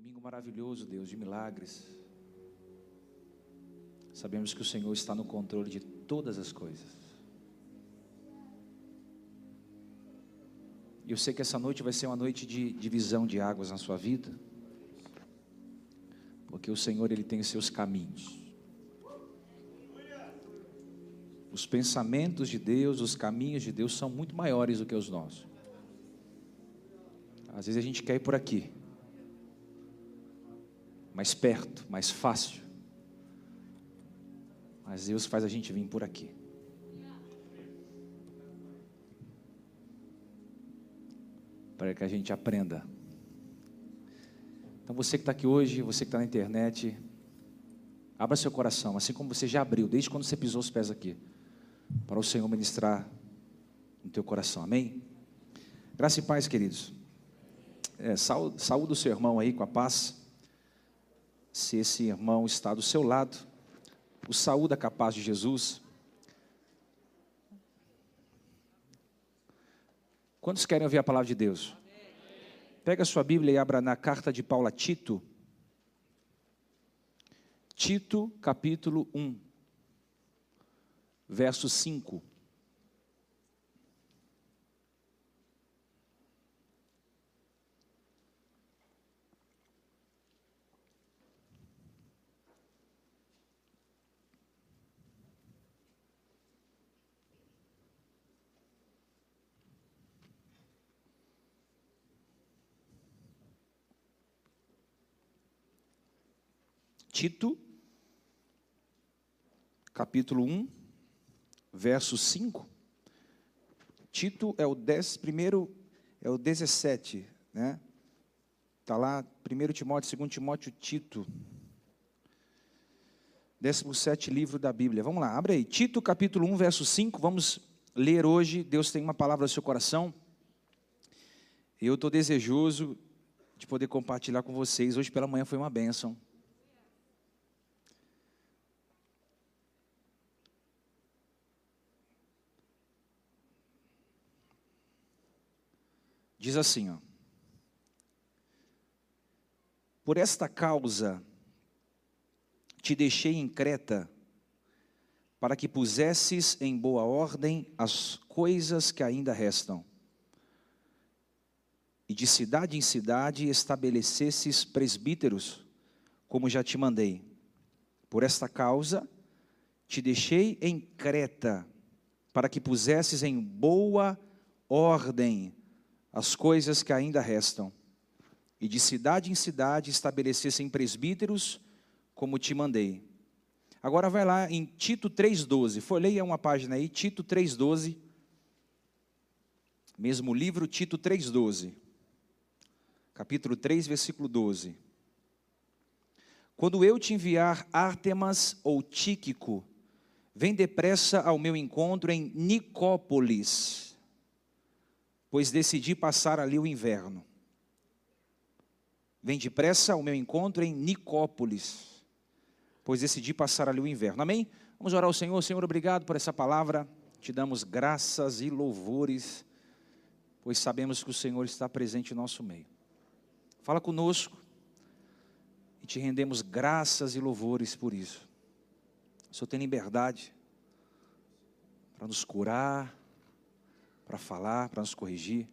Domingo maravilhoso, Deus, de milagres. Sabemos que o Senhor está no controle de todas as coisas. E eu sei que essa noite vai ser uma noite de divisão de águas na sua vida, porque o Senhor, Ele tem os seus caminhos. Os pensamentos de Deus, os caminhos de Deus são muito maiores do que os nossos. Às vezes a gente quer ir por aqui, mais perto, mais fácil, mas Deus faz a gente vir por aqui. Para que a gente aprenda. Então você que está aqui hoje, você que está na internet, abra seu coração, assim como você já abriu, desde quando você pisou os pés aqui, para o Senhor ministrar no teu coração, amém? Graça e paz, queridos. Saúde o seu irmão aí com a paz. Se esse irmão está do seu lado, o saúda com a paz de Jesus. Quantos querem ouvir a palavra de Deus? Pega a sua Bíblia e abra na carta de Paulo a Tito. Tito, capítulo 1, verso 5. Tito, capítulo 1, verso 5. Tito é o 17, né? Está lá, 1 Timóteo, 2 Timóteo, Tito. 17 livro da Bíblia. Vamos lá, abre aí. Tito, capítulo 1, verso 5. Vamos ler hoje. Deus tem uma palavra no seu coração. Eu estou desejoso de poder compartilhar com vocês. Hoje pela manhã foi uma bênção. Diz assim, ó: por esta causa te deixei em Creta, para que pusesses em boa ordem as coisas que ainda restam, e de cidade em cidade estabelecesses presbíteros, como já te mandei. Por esta causa te deixei em Creta, para que pusesses em boa ordem as coisas que ainda restam, e de cidade em cidade estabelecessem presbíteros, como te mandei. Agora vai lá em Tito 3,12, folheia uma página aí, Tito 3,12, mesmo livro, Tito 3,12, capítulo 3, versículo 12. Quando eu te enviar Ártemas ou Tíquico, vem depressa ao meu encontro em Nicópolis, pois decidi passar ali o inverno. Vem depressa ao meu encontro em Nicópolis, pois decidi passar ali o inverno. Amém? Vamos orar ao Senhor. Senhor, obrigado por essa palavra. Te damos graças e louvores, pois sabemos que o Senhor está presente em nosso meio. Fala conosco e te rendemos graças e louvores por isso. O Senhor tem liberdade para nos curar, para falar, para nos corrigir.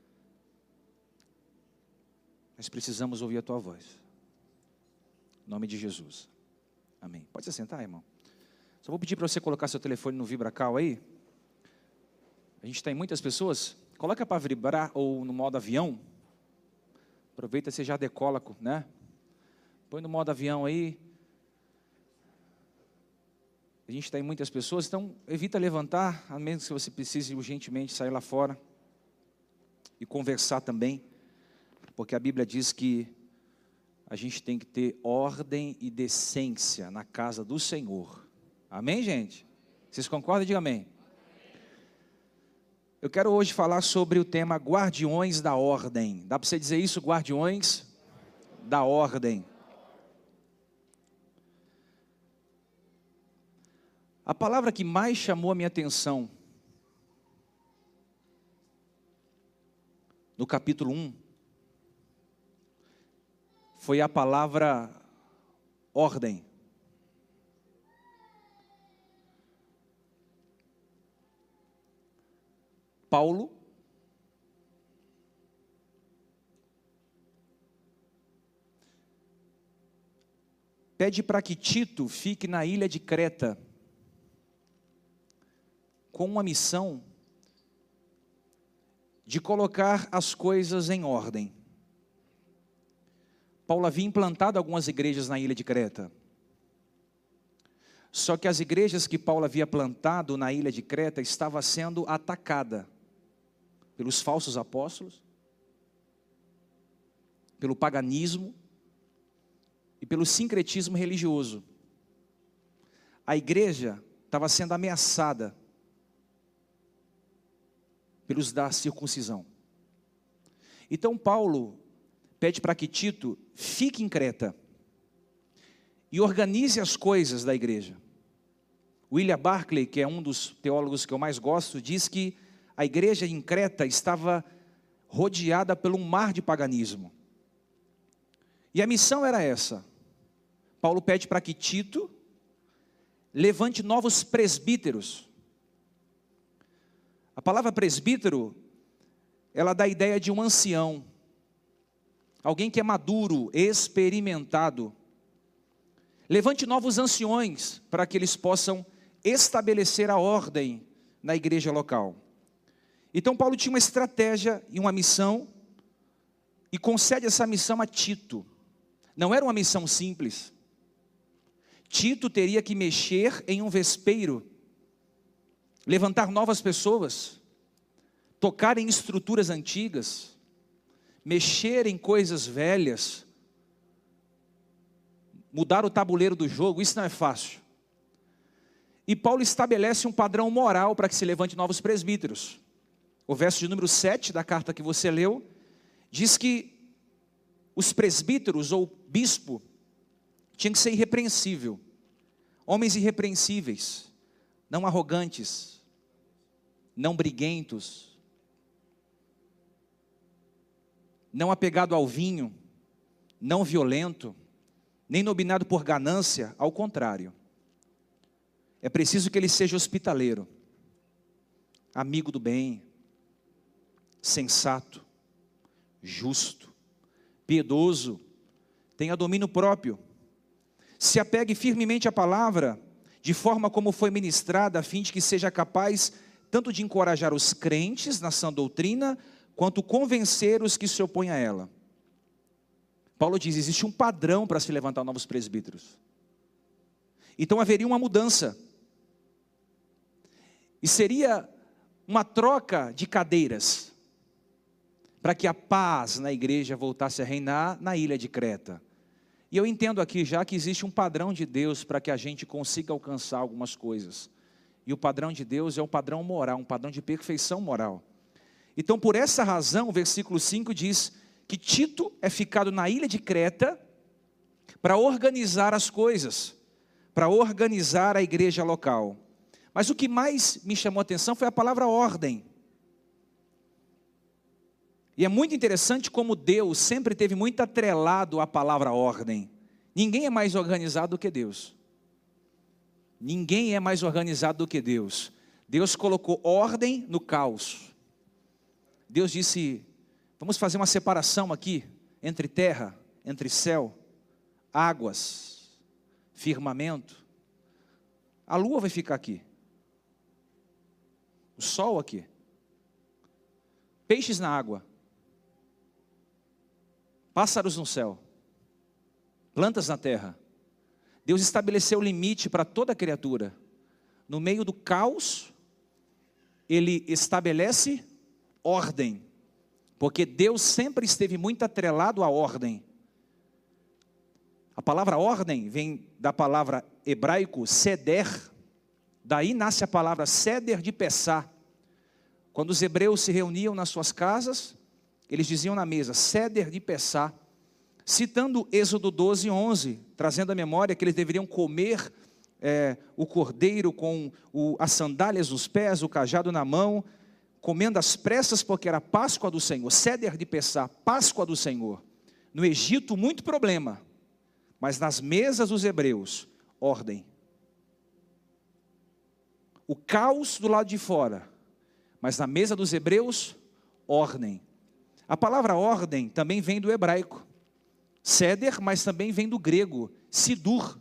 Nós precisamos ouvir a Tua voz. Em nome de Jesus. Amém. Pode se sentar, irmão. Só vou pedir para você colocar seu telefone no VibraCal aí. A gente tem muitas pessoas. Coloca para vibrar ou no modo avião. Aproveita, você já decola, né? Põe no modo avião aí. A gente tem muitas pessoas, então evita levantar, a menos que você precise urgentemente sair lá fora e conversar também, porque a Bíblia diz que a gente tem que ter ordem e decência na casa do Senhor. Amém, gente? Vocês concordam? Diga amém. Eu quero hoje falar sobre o tema guardiões da ordem. Dá para você dizer isso? Guardiões da ordem. A palavra que mais chamou a minha atenção no capítulo 1 foi a palavra ordem. Paulo pede para que Tito fique na ilha de Creta, com uma missão de colocar as coisas em ordem. Paulo havia implantado algumas igrejas na ilha de Creta. Só que as igrejas que Paulo havia plantado na ilha de Creta estavam sendo atacadas pelos falsos apóstolos, pelo paganismo e pelo sincretismo religioso. A igreja estava sendo ameaçada pelos da circuncisão. Então Paulo pede para que Tito fique em Creta e organize as coisas da igreja. William Barclay, que é um dos teólogos que eu mais gosto, diz que a igreja em Creta estava rodeada por um mar de paganismo. E a missão era essa. Paulo pede para que Tito levante novos presbíteros. A palavra presbítero, ela dá a ideia de um ancião, alguém que é maduro, experimentado. Levante novos anciões para que eles possam estabelecer a ordem na igreja local. Então Paulo tinha uma estratégia e uma missão, e concede essa missão a Tito. Não era uma missão simples. Tito teria que mexer em um vespeiro, levantar novas pessoas, tocar em estruturas antigas, mexer em coisas velhas, mudar o tabuleiro do jogo. Isso não é fácil. E Paulo estabelece um padrão moral para que se levante novos presbíteros. O verso de número 7 da carta que você leu, diz que os presbíteros ou bispo tinham que ser irrepreensível, homens irrepreensíveis, não arrogantes, não briguentos, não apegado ao vinho, não violento, nem dominado por ganância, ao contrário. É preciso que ele seja hospitaleiro, amigo do bem, sensato, justo, piedoso, tenha domínio próprio, se apegue firmemente à palavra, de forma como foi ministrada, a fim de que seja capaz tanto de encorajar os crentes na sã doutrina, quanto convencer os que se opõem a ela. Paulo diz, existe um padrão para se levantar novos presbíteros. Então haveria uma mudança. E seria uma troca de cadeiras, para que a paz na igreja voltasse a reinar na ilha de Creta. E eu entendo aqui já que existe um padrão de Deus para que a gente consiga alcançar algumas coisas. E o padrão de Deus é um padrão moral, um padrão de perfeição moral. Então por essa razão, o versículo 5 diz que Tito é ficado na ilha de Creta para organizar as coisas, para organizar a igreja local. Mas o que mais me chamou a atenção foi a palavra ordem. E é muito interessante como Deus sempre teve muito atrelado à palavra ordem. Ninguém é mais organizado do que Deus. Ninguém é mais organizado do que Deus. Deus colocou ordem no caos. Deus disse, vamos fazer uma separação aqui, entre terra, entre céu, águas, firmamento. A lua vai ficar aqui. O sol aqui. Peixes na água. Pássaros no céu, plantas na terra. Deus estabeleceu o limite para toda criatura. No meio do caos, Ele estabelece ordem, porque Deus sempre esteve muito atrelado à ordem. A palavra ordem vem da palavra hebraico seder, daí nasce a palavra seder de Pessá. Quando os hebreus se reuniam nas suas casas, eles diziam na mesa, seder de Pessá, citando Êxodo 12, 11, trazendo à memória que eles deveriam comer o cordeiro com as sandálias nos pés, o cajado na mão, comendo às pressas porque era Páscoa do Senhor, seder de Pessá, Páscoa do Senhor. No Egito, muito problema. Mas nas mesas dos hebreus, ordem. O caos do lado de fora. Mas na mesa dos hebreus, ordem. A palavra ordem também vem do hebraico. Seder, mas também vem do grego. Sidur.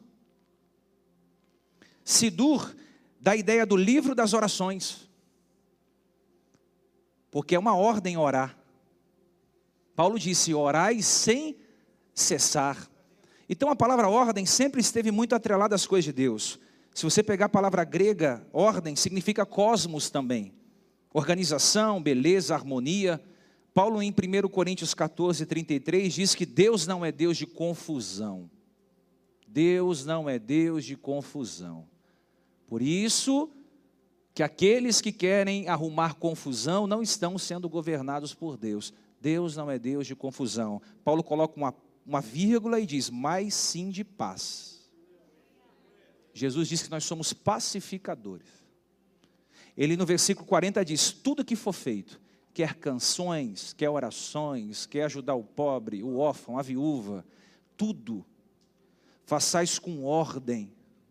Sidur dá a ideia do livro das orações. Porque é uma ordem orar. Paulo disse, orai sem cessar. Então a palavra ordem sempre esteve muito atrelada às coisas de Deus. Se você pegar a palavra grega, ordem, significa cosmos também. Organização, beleza, harmonia. Paulo em 1 Coríntios 14, 33 diz que Deus não é Deus de confusão. Deus não é Deus de confusão. Por isso que aqueles que querem arrumar confusão não estão sendo governados por Deus. Deus não é Deus de confusão. Paulo coloca uma vírgula e diz, mas sim de paz. Jesus diz que nós somos pacificadores. Ele no versículo 40 diz, tudo que for feito, quer canções, quer orações, quer ajudar o pobre, o órfão, a viúva, tudo, façais com ordem,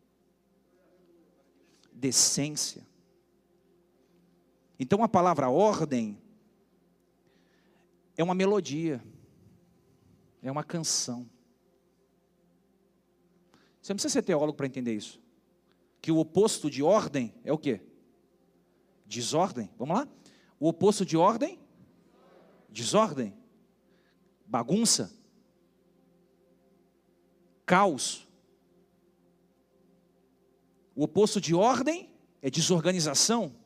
decência. Então a palavra ordem é uma melodia, é uma canção. Você não precisa ser teólogo para entender isso. Que o oposto de ordem é o quê? Desordem. Vamos lá? O oposto de ordem? Desordem. Bagunça. Caos. O oposto de ordem é desorganização.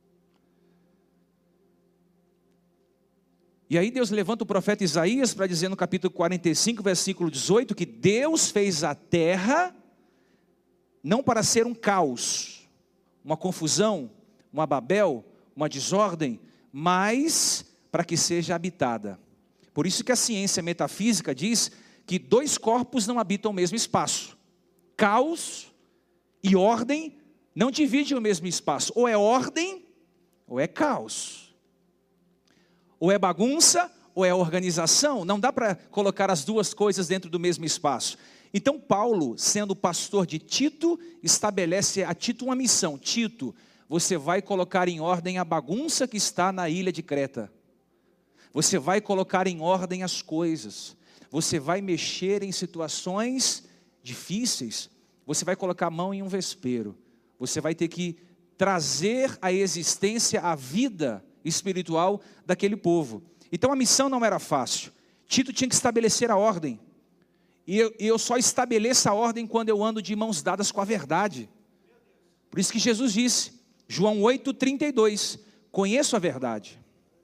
E aí Deus levanta o profeta Isaías para dizer no capítulo 45, versículo 18, que Deus fez a terra não para ser um caos, uma confusão, uma Babel, uma desordem, mas para que seja habitada. Por isso que a ciência metafísica diz que dois corpos não habitam o mesmo espaço. Caos e ordem não dividem o mesmo espaço. Ou é ordem, ou é caos. Ou é bagunça, ou é organização. Não dá para colocar as duas coisas dentro do mesmo espaço. Então Paulo, sendo pastor de Tito, estabelece a Tito uma missão. Tito, você vai colocar em ordem a bagunça que está na ilha de Creta. Você vai colocar em ordem as coisas. Você vai mexer em situações difíceis. Você vai colocar a mão em um vespeiro. Você vai ter que trazer à existência a vida espiritual daquele povo. Então a missão não era fácil. Tito tinha que estabelecer a ordem. E eu só estabeleço a ordem quando eu ando de mãos dadas com a verdade. Por isso que Jesus disse, João 8,32, conheço a verdade.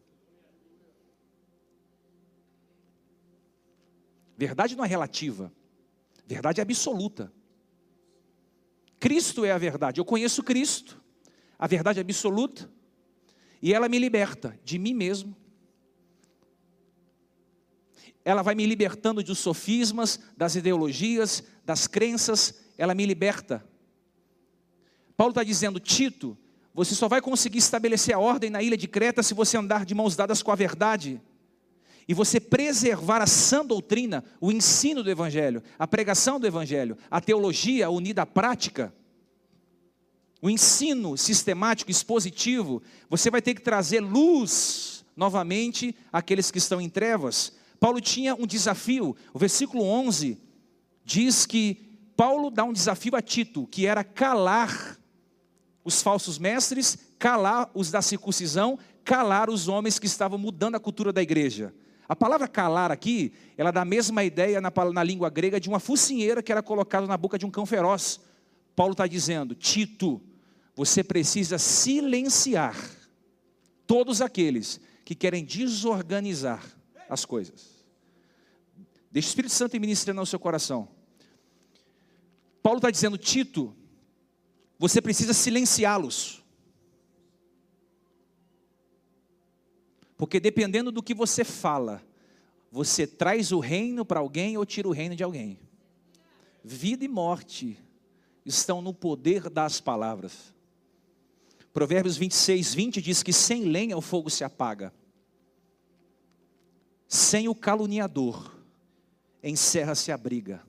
Verdade não é relativa, verdade é absoluta. Cristo é a verdade, eu conheço Cristo, a verdade é absoluta, e ela me liberta de mim mesmo. Ela vai me libertando dos sofismas, das ideologias, das crenças, ela me liberta. Paulo está dizendo, Tito, você só vai conseguir estabelecer a ordem na ilha de Creta se você andar de mãos dadas com a verdade. E você preservar a sã doutrina, o ensino do Evangelho, a pregação do Evangelho, a teologia unida à prática, o ensino sistemático, expositivo. Você vai ter que trazer luz novamente àqueles que estão em trevas. Paulo tinha um desafio. O versículo 11 diz que Paulo dá um desafio a Tito, que era calar os falsos mestres, calar os da circuncisão, calar os homens que estavam mudando a cultura da igreja. A palavra calar aqui, ela dá a mesma ideia na língua grega de uma focinheira que era colocada na boca de um cão feroz. Paulo está dizendo, Tito, você precisa silenciar todos aqueles que querem desorganizar as coisas. Deixa o Espírito Santo ir ministrando no seu coração. Paulo está dizendo, Tito, você precisa silenciá-los. Porque dependendo do que você fala, você traz o reino para alguém ou tira o reino de alguém. Vida e morte estão no poder das palavras. Provérbios 26, 20 diz que sem lenha o fogo se apaga. Sem o caluniador, encerra-se a briga.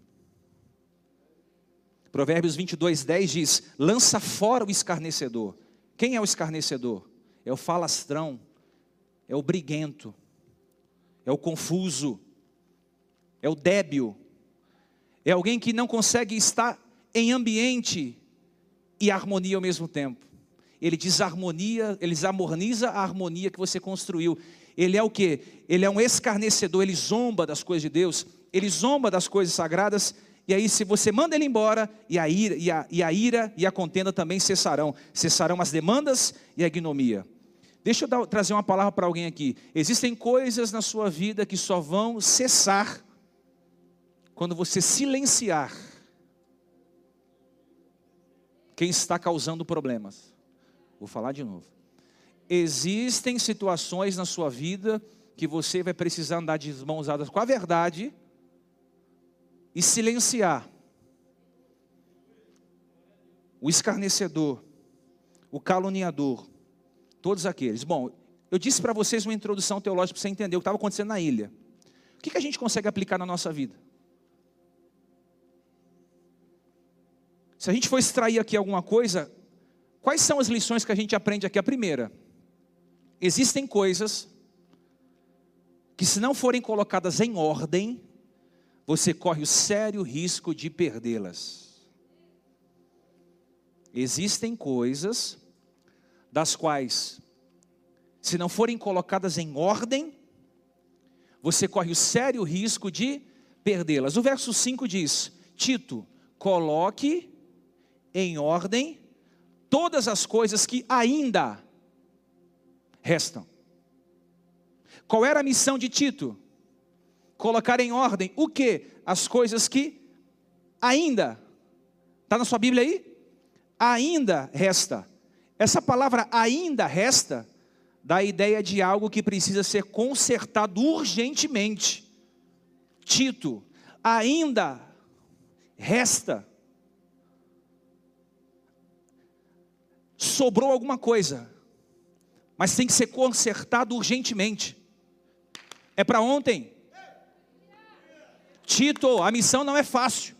Provérbios 22:10 diz: lança fora o escarnecedor. Quem é o escarnecedor? É o falastrão, é o briguento, é o confuso, é o débil, é alguém que não consegue estar em ambiente e harmonia ao mesmo tempo. Ele desarmoniza a harmonia que você construiu. Ele é o quê? Ele é um escarnecedor, ele zomba das coisas de Deus, ele zomba das coisas sagradas, e aí se você manda ele embora, e a ira e a contenda também cessarão as demandas e a ignomia. Deixa eu trazer uma palavra para alguém aqui. Existem coisas na sua vida que só vão cessar quando você silenciar quem está causando problemas. Vou falar de novo. Existem situações na sua vida que você vai precisar andar de mãos dadas com a verdade e silenciar o escarnecedor, o caluniador, todos aqueles. Bom, eu disse para vocês uma introdução teológica para você entender o que estava acontecendo na ilha. O que a gente consegue aplicar na nossa vida? Se a gente for extrair aqui alguma coisa, quais são as lições que a gente aprende aqui? A primeira: existem coisas que, se não forem colocadas em ordem, você corre o sério risco de perdê-las. Existem coisas das quais, se não forem colocadas em ordem, você corre o sério risco de perdê-las. O verso 5 diz: Tito, coloque em ordem todas as coisas que ainda restam. Qual era a missão de Tito? Colocar em ordem o quê? As coisas que ainda, está na sua Bíblia aí? Ainda resta. Essa palavra ainda resta dá a ideia de algo que precisa ser consertado urgentemente. Tito, ainda resta. Sobrou alguma coisa, mas tem que ser consertado urgentemente. É para ontem. Tito, a missão não é fácil.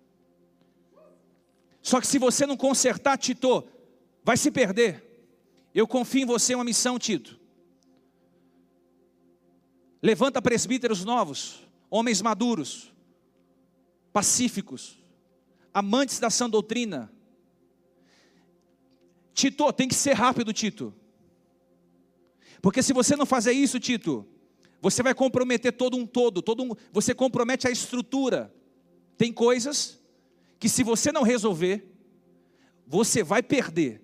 Só que se você não consertar, Tito, vai se perder. Eu confio em você, uma missão, Tito. Levanta presbíteros novos, homens maduros, pacíficos, amantes da sã doutrina. Tito, tem que ser rápido, Tito. Porque se você não fazer isso, Tito, você vai comprometer você compromete a estrutura. Tem coisas que, se você não resolver, você vai perder.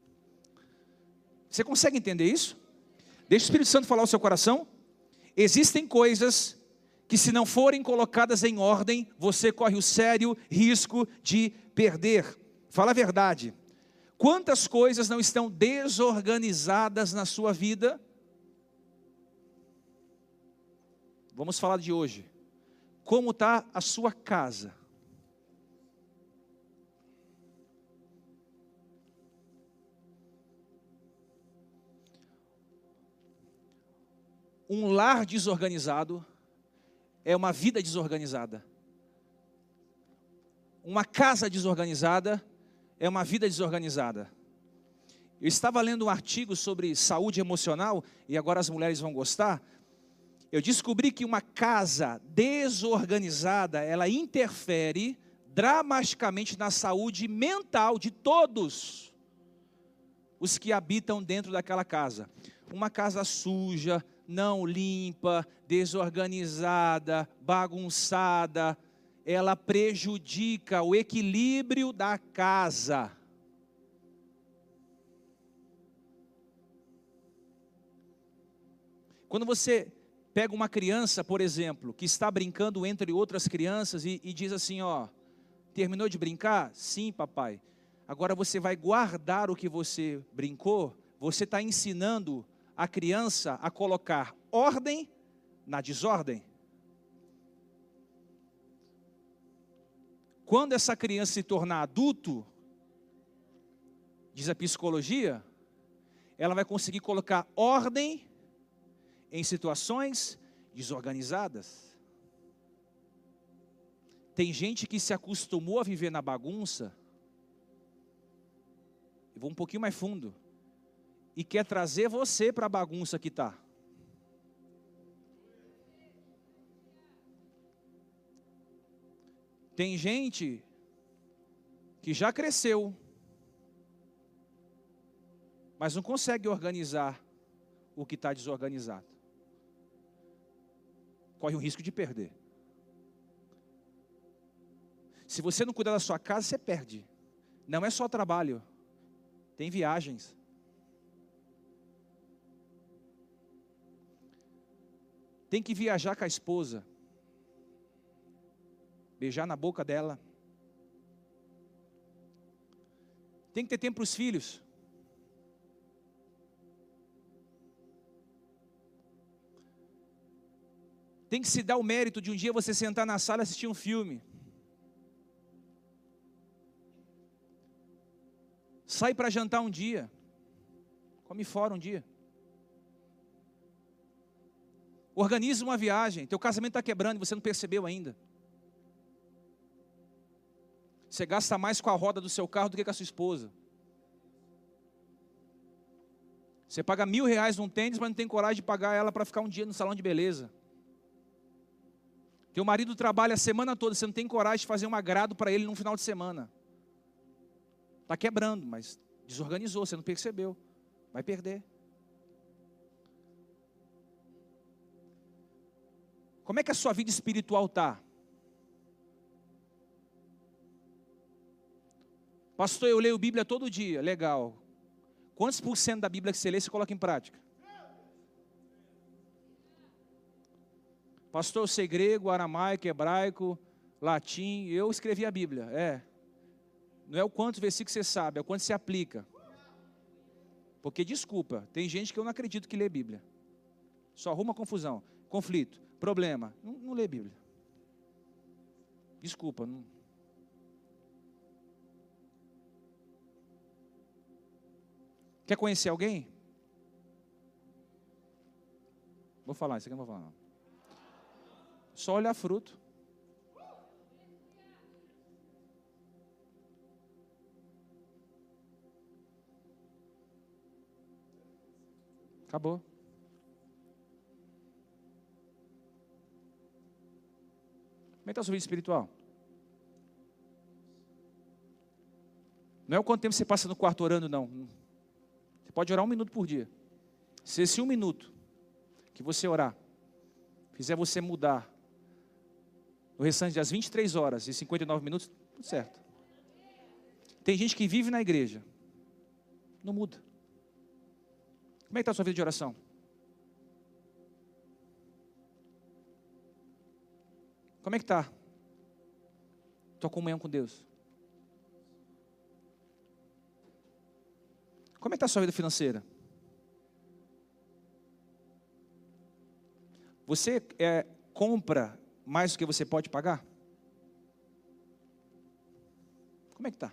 Você consegue entender isso? Deixa o Espírito Santo falar ao seu coração. Existem coisas que, se não forem colocadas em ordem, você corre o sério risco de perder. Fala a verdade. Quantas coisas não estão desorganizadas na sua vida? Vamos falar de hoje. Como está a sua casa? Um lar desorganizado é uma vida desorganizada. Uma casa desorganizada é uma vida desorganizada. Eu estava lendo um artigo sobre saúde emocional, e agora as mulheres vão gostar. Eu descobri que uma casa desorganizada, ela interfere dramaticamente na saúde mental de todos os que habitam dentro daquela casa. Uma casa suja, não limpa, desorganizada, bagunçada, ela prejudica o equilíbrio da casa. Quando você pega uma criança, por exemplo, que está brincando entre outras crianças e diz assim, ó, terminou de brincar? Sim, papai. Agora você vai guardar o que você brincou? Você está ensinando a criança a colocar ordem na desordem. Quando essa criança se tornar adulto, diz a psicologia, ela vai conseguir colocar ordem em situações desorganizadas. Tem gente que se acostumou a viver na bagunça, eu vou um pouquinho mais fundo, e quer trazer você para a bagunça que está. Tem gente que já cresceu, mas não consegue organizar o que está desorganizado. Corre o risco de perder. Se você não cuidar da sua casa, você perde. Não é só trabalho, tem viagens. Tem que viajar com a esposa, beijar na boca dela. Tem que ter tempo para os filhos. Tem que se dar o mérito de um dia você sentar na sala e assistir um filme. Sai para jantar um dia. Come fora um dia. Organiza uma viagem. Teu casamento está quebrando e você não percebeu ainda. Você gasta mais com a roda do seu carro do que com a sua esposa. Você paga R$1.000 num tênis, mas não tem coragem de pagar ela para ficar um dia no salão de beleza. Teu marido trabalha a semana toda, você não tem coragem de fazer um agrado para ele num final de semana. Está quebrando, mas desorganizou, você não percebeu. Vai perder. Como é que a sua vida espiritual está? Pastor, eu leio Bíblia todo dia. Legal. Quantos por cento da Bíblia que você lê, você coloca em prática? Pastor, eu sei grego, aramaico, hebraico, latim. Eu escrevi a Bíblia. Não é o quanto versículo você sabe, é o quanto você aplica. Porque, desculpa, tem gente que eu não acredito que lê Bíblia. Só arruma confusão, conflito, problema. Não lê Bíblia. Desculpa. Não. Quer conhecer alguém? Vou falar, isso aqui eu não vou falar não. Só olhar fruto. Acabou. Como é que está a sua vida espiritual? Não é o quanto tempo você passa no quarto orando, não. Você pode orar 1 minuto por dia. Se esse 1 minuto que você orar fizer você mudar no restante das 23 horas e 59 minutos, tudo certo. Tem gente que vive na igreja, não muda. Como é que está a sua vida de oração? Como é que está tua comunhão com Deus? Como é que está a sua vida financeira? Você compra mais do que você pode pagar? Como é que está?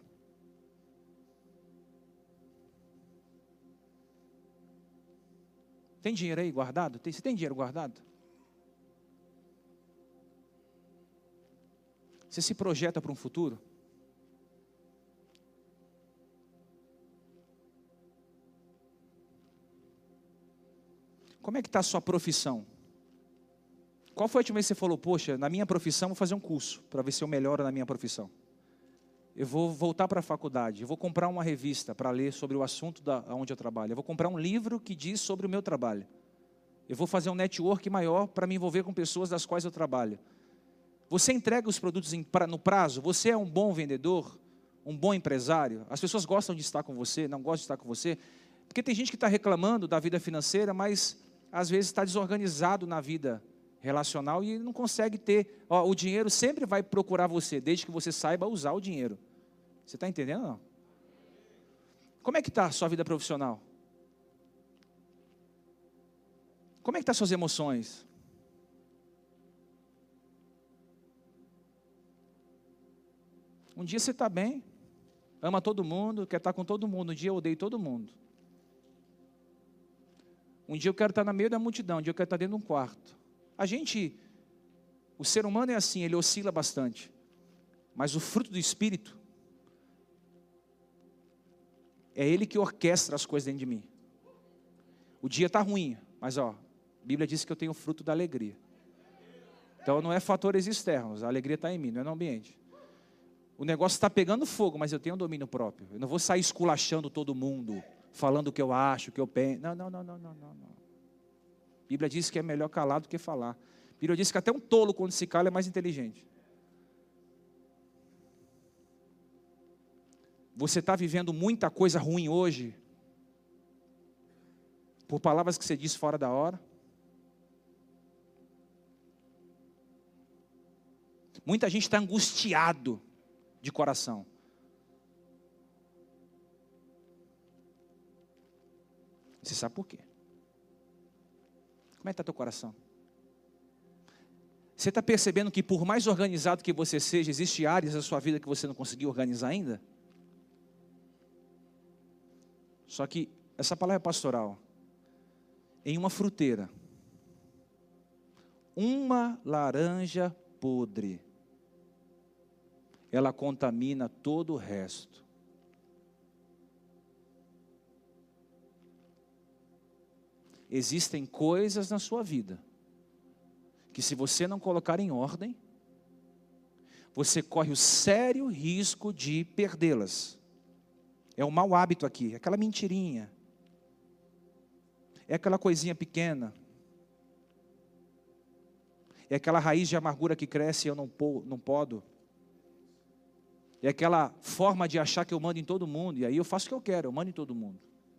Tem dinheiro aí guardado? Você tem dinheiro guardado? Você se projeta para um futuro? Como é que está a sua profissão? Qual foi a última vez que você falou, poxa, na minha profissão vou fazer um curso, para ver se eu melhoro na minha profissão? Eu vou voltar para a faculdade, eu vou comprar uma revista para ler sobre o assunto onde eu trabalho. Eu vou comprar um livro que diz sobre o meu trabalho. Eu vou fazer um network maior para me envolver com pessoas das quais eu trabalho. Você entrega os produtos no prazo? Você é um bom vendedor? Um bom empresário? As pessoas gostam de estar com você, não gostam de estar com você? Porque tem gente que está reclamando da vida financeira, mas às vezes está desorganizado na vida relacional e não consegue ter. O dinheiro sempre vai procurar você, desde que você saiba usar o dinheiro. Você está entendendo ou não? Como é que está a sua vida profissional? Como é que estão as suas emoções? Um dia você está bem, ama todo mundo, quer estar com todo mundo. Um dia eu odeio todo mundo. Um dia eu quero estar no meio da multidão, um dia eu quero estar dentro de um quarto. O ser humano é assim, ele oscila bastante. Mas o fruto do Espírito é Ele que orquestra as coisas dentro de mim. O dia está ruim, mas a Bíblia diz que eu tenho o fruto da alegria. Então não é fatores externos, a alegria está em mim, não é no ambiente. O negócio está pegando fogo, mas eu tenho um domínio próprio. Eu não vou sair esculachando todo mundo, falando o que eu acho, o que eu penso. Não. A Bíblia diz que é melhor calar do que falar. A Bíblia diz que até um tolo, quando se cala, é mais inteligente. Você está vivendo muita coisa ruim hoje, por palavras que você disse fora da hora. Muita gente está angustiado de coração. Você sabe por quê? Como é que está teu coração? Você está percebendo que por mais organizado que você seja, existem áreas da sua vida que você não conseguiu organizar ainda? Só que essa palavra é pastoral. Em uma fruteira, uma laranja podre, ela contamina todo o resto. Existem coisas na sua vida que, se você não colocar em ordem, você corre o sério risco de perdê-las. É um mau hábito aqui, aquela mentirinha, é aquela coisinha pequena, é aquela raiz de amargura que cresce e eu não podo, é aquela forma de achar que eu mando em todo mundo, e aí eu faço o que eu quero, eu mando em todo mundo.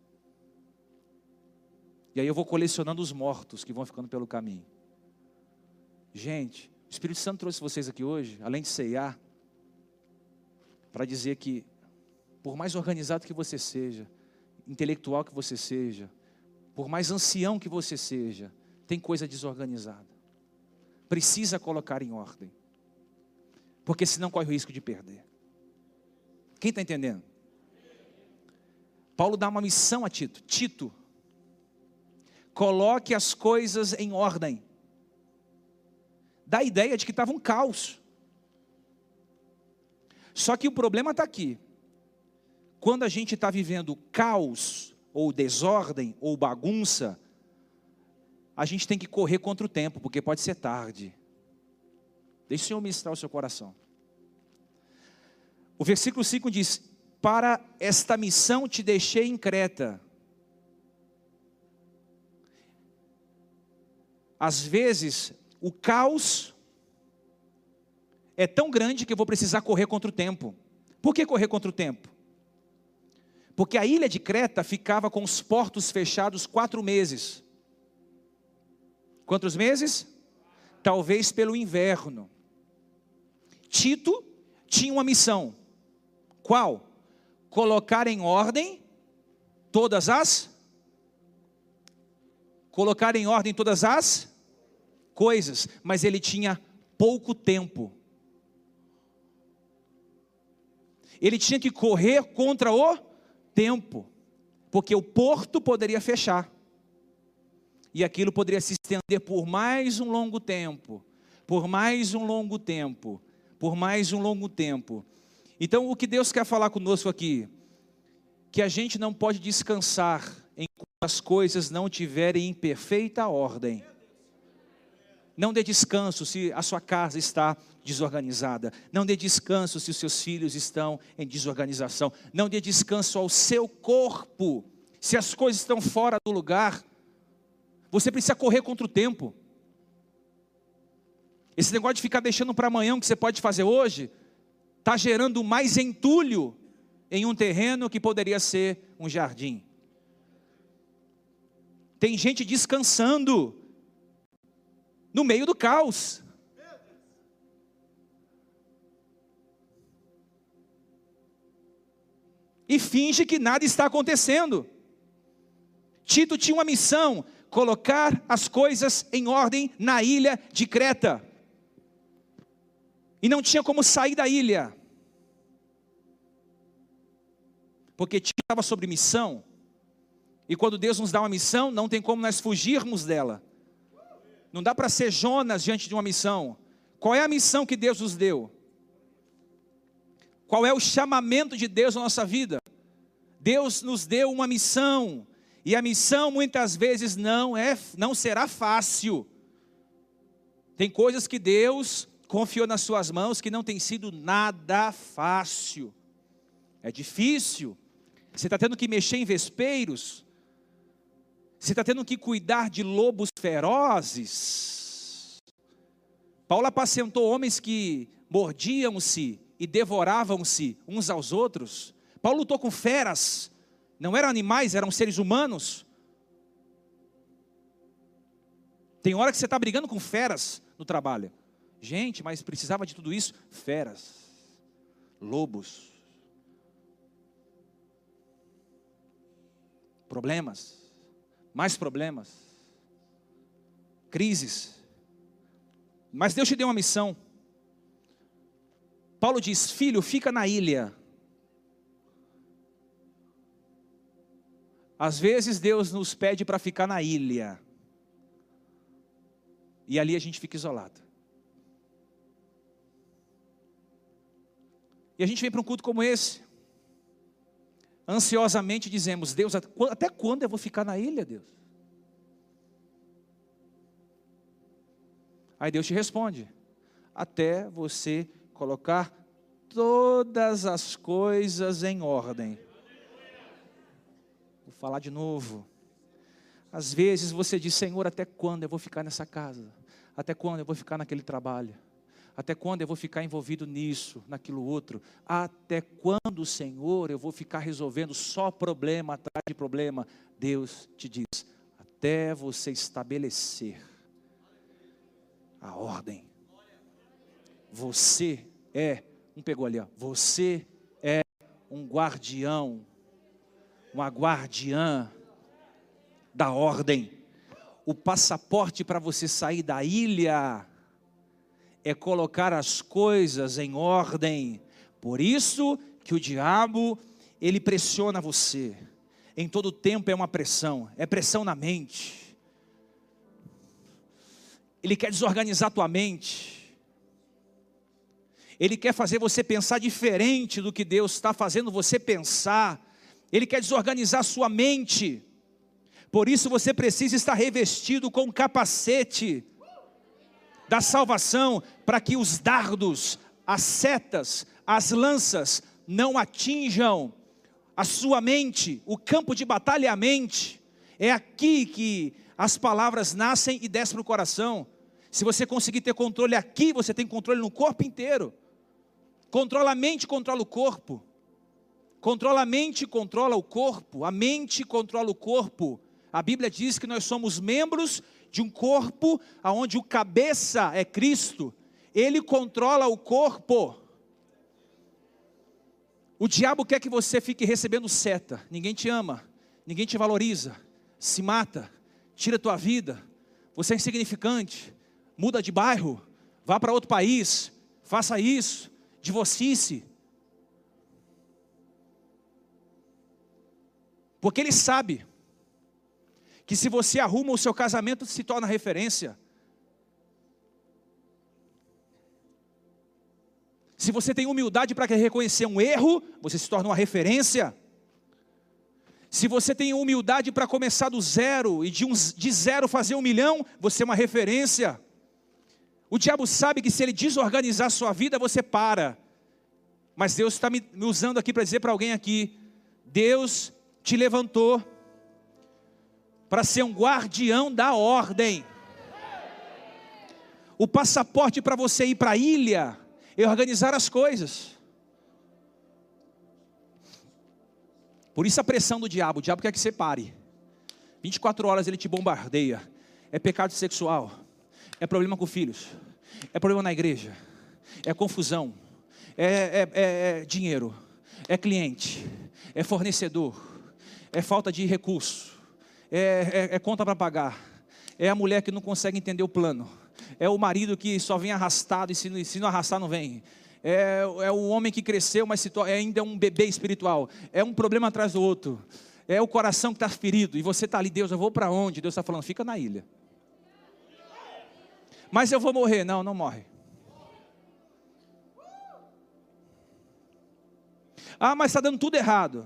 E aí eu vou colecionando os mortos que vão ficando pelo caminho. Gente, o Espírito Santo trouxe vocês aqui hoje, além de ceiar, para dizer que, por mais organizado que você seja, intelectual que você seja, por mais ancião que você seja, tem coisa desorganizada. Precisa colocar em ordem, porque senão corre o risco de perder. Quem está entendendo? Paulo dá uma missão a Tito. Tito, coloque as coisas em ordem. Dá a ideia de que estava um caos. Só que o problema está aqui. Quando a gente está vivendo caos, ou desordem, ou bagunça, a gente tem que correr contra o tempo, porque pode ser tarde. Deixe o Senhor ministrar o seu coração. O versículo 5 diz: para esta missão te deixei em Creta. Às vezes, o caos é tão grande que eu vou precisar correr contra o tempo. Por que correr contra o tempo? Porque a ilha de Creta ficava com os portos fechados 4 meses. Quantos meses? Talvez pelo inverno. Tito tinha uma missão. Qual? Colocar em ordem todas as coisas, mas ele tinha pouco tempo. Ele tinha que correr contra o tempo, porque o porto poderia fechar, e aquilo poderia se estender por mais um longo tempo, por mais um longo tempo, por mais um longo tempo. Então o que Deus quer falar conosco aqui, que a gente não pode descansar enquanto as coisas não estiverem em perfeita ordem. Não dê descanso se a sua casa está desorganizada. Não dê descanso se os seus filhos estão em desorganização. Não dê descanso ao seu corpo se as coisas estão fora do lugar. Você precisa correr contra o tempo. Esse negócio de ficar deixando para amanhã o que você pode fazer hoje está gerando mais entulho em um terreno que poderia ser um jardim. Tem gente descansando no meio do caos. E finge que nada está acontecendo. Tito tinha uma missão: colocar as coisas em ordem na ilha de Creta. E não tinha como sair da ilha, porque Tito estava sob missão. E quando Deus nos dá uma missão, não tem como nós fugirmos dela. Não dá para ser Jonas diante de uma missão. Qual é a missão que Deus nos deu? Qual é o chamamento de Deus na nossa vida? Deus nos deu uma missão, e a missão muitas vezes não será fácil. Tem coisas que Deus confiou nas suas mãos que não tem sido nada fácil. É difícil. Você está tendo que mexer em vespeiros. Você está tendo que cuidar de lobos ferozes. Paulo apacentou homens que mordiam-se e devoravam-se uns aos outros. Paulo lutou com feras. Não eram animais, eram seres humanos. Tem hora que você está brigando com feras no trabalho. Gente, mas precisava de tudo isso? Feras, lobos, problemas, mais problemas, crises. Mas Deus te deu uma missão. Paulo diz: filho, fica na ilha. Às vezes Deus nos pede para ficar na ilha. E ali a gente fica isolado. E a gente vem para um culto como esse. Ansiosamente dizemos: Deus, até quando eu vou ficar na ilha, Deus? Aí Deus te responde: até você colocar todas as coisas em ordem. Vou falar de novo. Às vezes você diz: Senhor, até quando eu vou ficar nessa casa? Até quando eu vou ficar naquele trabalho? Até quando eu vou ficar envolvido nisso, naquilo outro? Até quando, Senhor, eu vou ficar resolvendo só problema atrás de problema? Deus te diz: até você estabelecer a ordem. Você é, pegou ali, ó, você é um guardião, uma guardiã da ordem. O passaporte para você sair da ilha é colocar as coisas em ordem. Por isso que o diabo, ele pressiona você. Em todo tempo é uma pressão. É pressão na mente. Ele quer desorganizar a tua mente. Ele quer fazer você pensar diferente do que Deus está fazendo você pensar. Ele quer desorganizar a sua mente. Por isso você precisa estar revestido com o capacete da salvação, para que os dardos, as setas, as lanças não atinjam a sua mente. O campo de batalha é a mente. É aqui que as palavras nascem e descem para o coração. Se você conseguir ter controle aqui, você tem controle no corpo inteiro. Controla a mente, controla o corpo. Controla a mente, controla o corpo. A mente controla o corpo. A Bíblia diz que nós somos membros de um corpo onde o cabeça é Cristo. Ele controla o corpo. O diabo quer que você fique recebendo seta. Ninguém te ama, ninguém te valoriza, se mata, tira a tua vida. Você é insignificante, muda de bairro, vá para outro país, faça isso, divorcie-se. Porque ele sabe que se você arruma o seu casamento, se torna referência. Se você tem humildade para reconhecer um erro, você se torna uma referência. Se você tem humildade para começar do zero e de zero fazer 1 milhão, você é uma referência. O diabo sabe que se ele desorganizar a sua vida, você para. Mas Deus está me usando aqui para dizer para alguém aqui: Deus te levantou para ser um guardião da ordem. O passaporte para você ir para a ilha é organizar as coisas. Por isso a pressão do diabo. O diabo quer que você pare. 24 horas ele te bombardeia. É pecado sexual, é problema com filhos, é problema na igreja, é confusão, é dinheiro, é cliente, é fornecedor, é falta de recurso, é conta para pagar, é a mulher que não consegue entender o plano, é o marido que só vem arrastado e se não arrastar não vem, é o homem que cresceu, mas ainda é um bebê espiritual, é um problema atrás do outro, é o coração que está ferido, e você está ali: Deus, eu vou para onde? Deus está falando: fica na ilha. Mas eu vou morrer. Não, não morre. Ah, mas está dando tudo errado.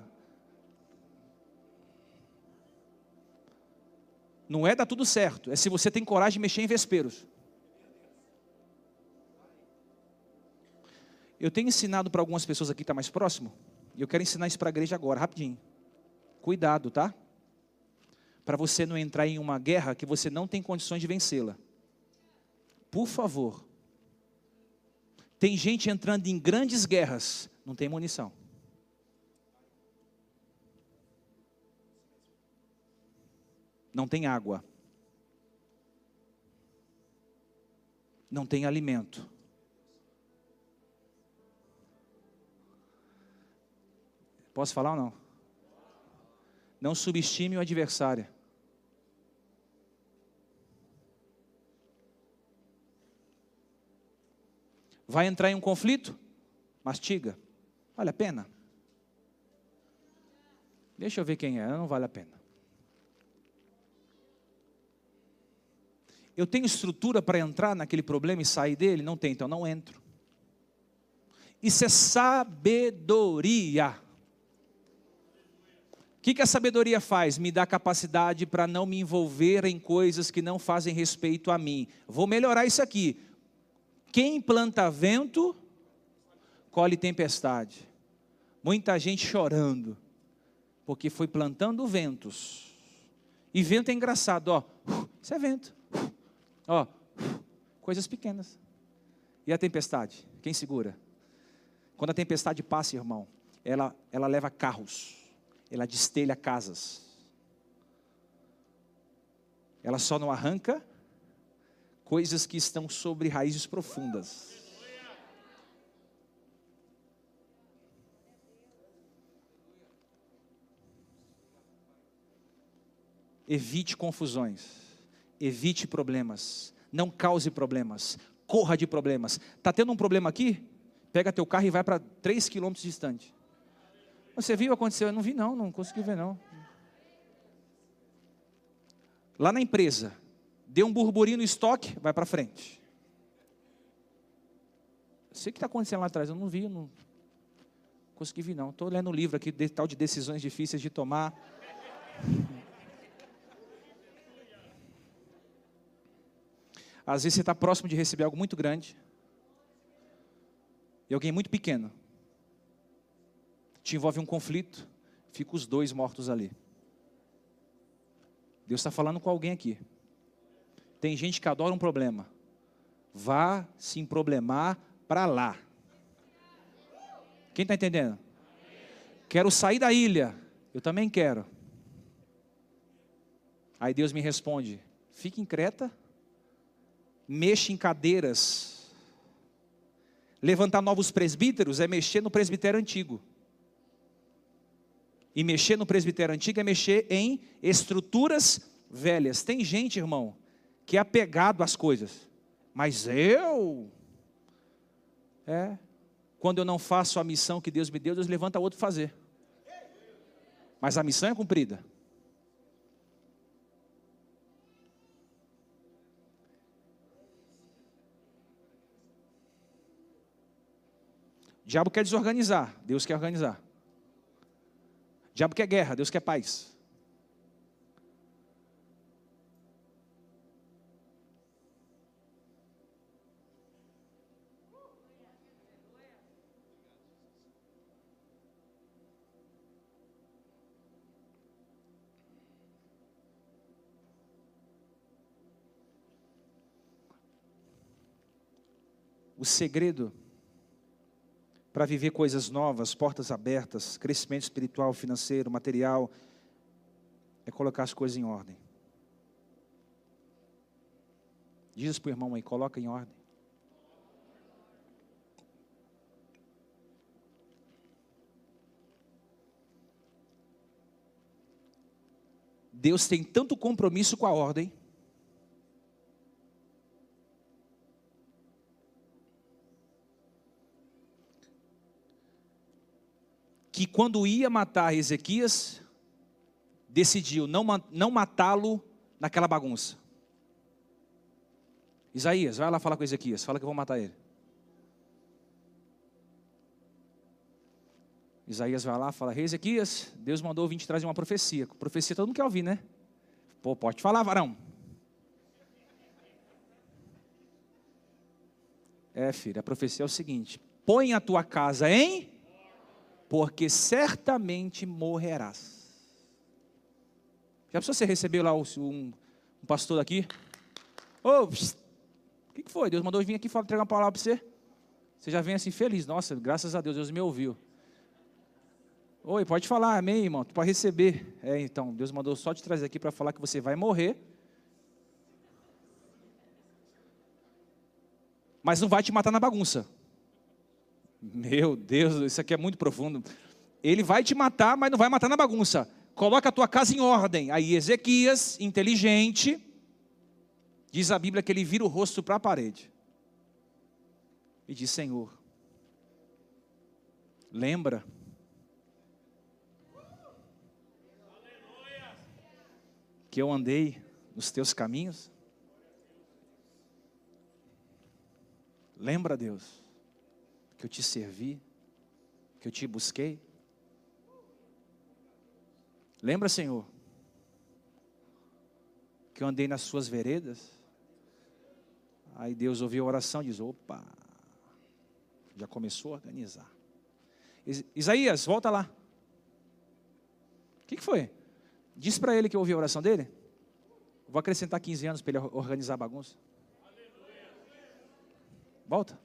Não é dar tudo certo, é se você tem coragem de mexer em vesperos. Eu tenho ensinado para algumas pessoas aqui que estão mais próximo, e eu quero ensinar isso para a igreja agora, rapidinho. Cuidado, tá? Para você não entrar em uma guerra que você não tem condições de vencê-la. Por favor. Tem gente entrando em grandes guerras, não tem munição. Não tem água. Não tem alimento. Posso falar ou não? Não subestime o adversário. Vai entrar em um conflito? Mastiga. Vale a pena? Deixa eu ver quem é, não vale a pena. Eu tenho estrutura para entrar naquele problema e sair dele? Não tem, então não entro. Isso é sabedoria. O que a sabedoria faz? Me dá capacidade para não me envolver em coisas que não fazem respeito a mim. Vou melhorar isso aqui. Quem planta vento, colhe tempestade. Muita gente chorando, porque foi plantando ventos. E vento é engraçado, ó. Isso é vento. Ó, coisas pequenas. E a tempestade? Quem segura? Quando a tempestade passa, irmão, ela leva carros. Ela destelha casas. Ela só não arranca coisas que estão sobre raízes profundas. Evite confusões. Evite problemas. Não cause problemas. Corra de problemas. Está tendo um problema aqui? Pega teu carro e vai para 3 quilômetros distante. Você viu acontecer? Eu não vi não, não consegui ver não. Lá na empresa, deu um burburinho no estoque, vai para frente. Eu sei o que está acontecendo lá atrás, eu não vi, eu não consegui ver não. Estou lendo um livro aqui, tal de decisões difíceis de tomar. Às vezes você está próximo de receber algo muito grande. E alguém muito pequeno te envolve um conflito, fica os dois mortos ali. Deus está falando com alguém aqui. Tem gente que adora um problema. Vá se emproblemar para lá. Quem está entendendo? Quero sair da ilha. Eu também quero. Aí Deus me responde, fique em Creta, mexa em cadeiras. Levantar novos presbíteros é mexer no presbitério antigo. E mexer no presbitério antigo é mexer em estruturas velhas. Tem gente, irmão, que é apegado às coisas. Mas quando eu não faço a missão que Deus me deu, Deus levanta outro para fazer. Mas a missão é cumprida. O diabo quer desorganizar, Deus quer organizar. O diabo quer guerra, Deus quer paz. O segredo para viver coisas novas, portas abertas, crescimento espiritual, financeiro, material, é colocar as coisas em ordem. Diz para o irmão aí, coloca em ordem. Deus tem tanto compromisso com a ordem, que quando ia matar Ezequias, decidiu não matá-lo naquela bagunça. Isaías, vai lá falar com Ezequias, fala que eu vou matar ele. Isaías vai lá, fala: Rei Ezequias, Deus mandou vir te trazer uma profecia. Profecia todo mundo quer ouvir, né? Pô, pode falar, varão. Filho, a profecia é o seguinte: põe a tua casa em, porque certamente morrerás. Já pensou você recebeu lá um pastor daqui? Ô, o que foi? Deus mandou vir aqui entregar uma palavra para você. Você já vem assim feliz: nossa, graças a Deus, Deus me ouviu. Oi, pode falar, amém, irmão, tu pode receber. Então, Deus mandou só te trazer aqui para falar que você vai morrer, mas não vai te matar na bagunça. Meu Deus, isso aqui é muito profundo. Ele vai te matar, mas não vai matar na bagunça. Coloca a tua casa em ordem. Aí Ezequias, inteligente, diz a Bíblia que ele vira o rosto para a parede e diz: Senhor, lembra que eu andei nos teus caminhos? Lembra, Deus, que eu te servi, que eu te busquei? Lembra, Senhor, que eu andei nas suas veredas? Aí Deus ouviu a oração e diz: opa, já começou a organizar. Isaías, volta lá. O que foi? Diz para ele que eu ouvi a oração dele. Vou acrescentar 15 anos para ele organizar a bagunça. Volta.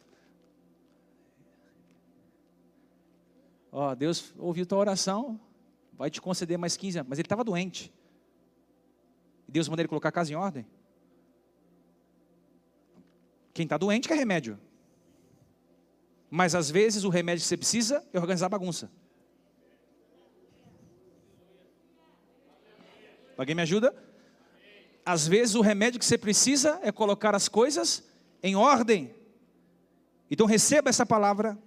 Deus ouviu tua oração, vai te conceder mais 15 anos. Mas ele estava doente. E Deus mandou ele colocar a casa em ordem. Quem está doente quer remédio. Mas às vezes o remédio que você precisa é organizar a bagunça. Alguém me ajuda? Às vezes o remédio que você precisa é colocar as coisas em ordem. Então receba essa palavra.